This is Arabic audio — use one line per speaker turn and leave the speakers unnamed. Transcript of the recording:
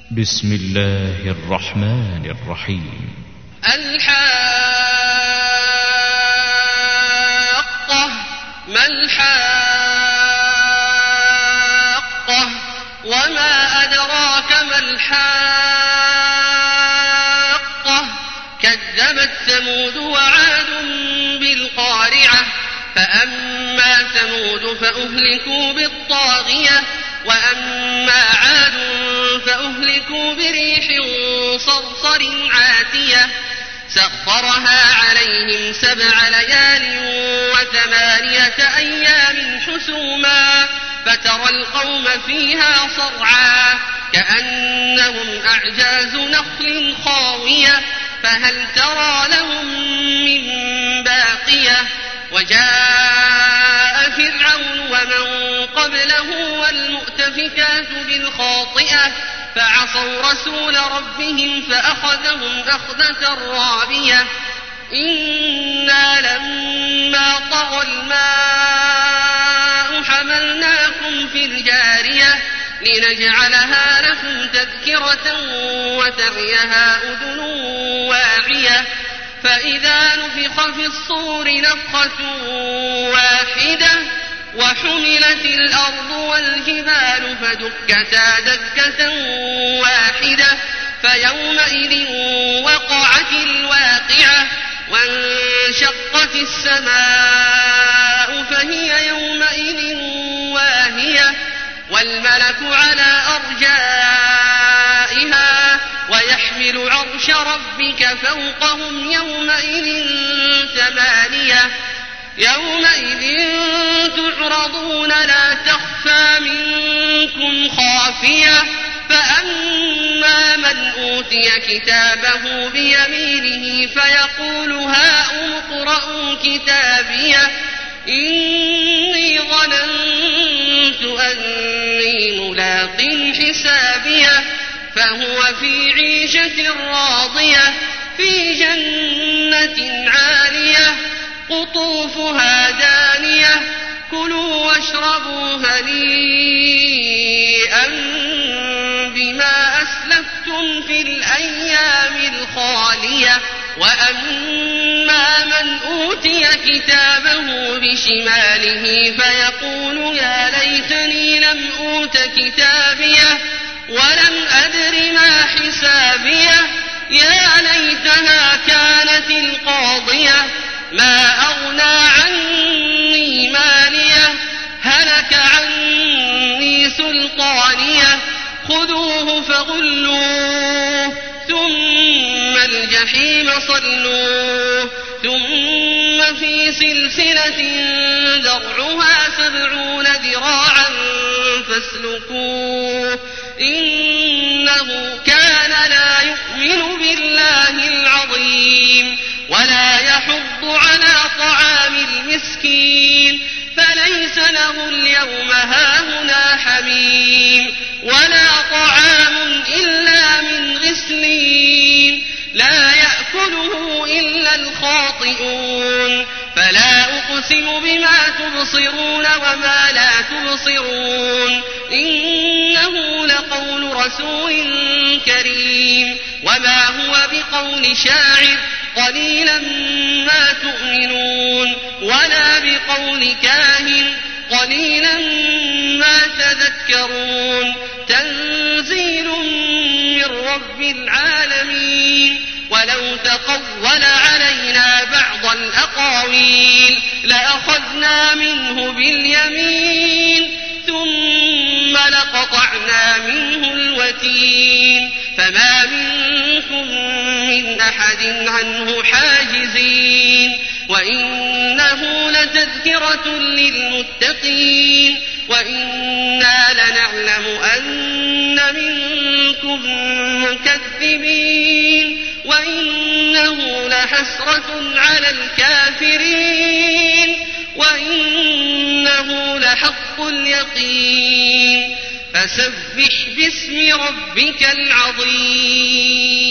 بسم الله الرحمن الرحيم.
الحاقة ما الحاقة وما أدراك ما الحاقة كذبت ثمود وعاد بالقارعة فأما ثمود فأهلكوا بالطاغية وأما عاد فأهلكوا بريح صرصر عاتية سخرها عليهم 7 ليال و8 أيام حسوما فترى القوم فيها صرعا كأنهم أعجاز نخل خاوية فهل ترى لهم من باقية وجاء فرعون ومن قبله والمؤتفكات بالخاطئة فعصوا رسول ربهم فأخذهم أخذة رابية إنا لما طغى الماء حملناكم في الجارية لنجعلها لكم تذكرة وتعيها أذن واعية فإذا نفخ في الصور نفخة واحدة وحملت الأرض والجبال فدكتا دكة واحدة فيومئذ وقعت الواقعة وانشقت السماء فهي يومئذ واهية والملك على أرجائها ويحمل عرش ربك فوقهم يومئذ 8 يومئذ تعرضون لا تخفى منكم خافية فأما من أوتي كتابه بيمينه فيقول هاؤم اقرءوا كتابيه إني ظننت أني ملاق حسابيه فهو في عيشة راضية في جنة عالية قطوفها دانية كلوا واشربوا هنيئا بما أسلفتم في الأيام الخالية وأما من أوتي كتابه بشماله فيقول يا ليتني لم أوت كتابيه ولم أدر ما حسابيه يا ليتها كانت القاضية ما أغنى عني ماليه هلك عني سلطانيه خذوه فغلوه ثم الجحيم صلوه ثم في سلسلة ذرعها 70 ذراعا فاسلكوه إنه كان لا يؤمن بالله العظيم ولا يحض على طعام المسكين فليس له اليوم هاهنا حميم ولا طعام إلا من غسلين لا يأكله إلا الخاطئون فلا أقسم بما تبصرون وما لا تبصرون إنه لقول رسول كريم وما هو بقول شاعر قليلا ما تؤمنون ولا بقول كاهن قليلا ما تذكرون تنزيل من رب العالمين ولو تقول علينا بعض الأقاويل لأخذنا منه باليمين ثم لقطعنا منه الوتين فما منكم من أحد عنه حاجزين وإنه لتذكرة للمتقين وإنا لنعلم أن منكم مكذبين وإنه لحسرة على الكافرين وإنه لحق اليقين فسبح باسم ربك العظيم.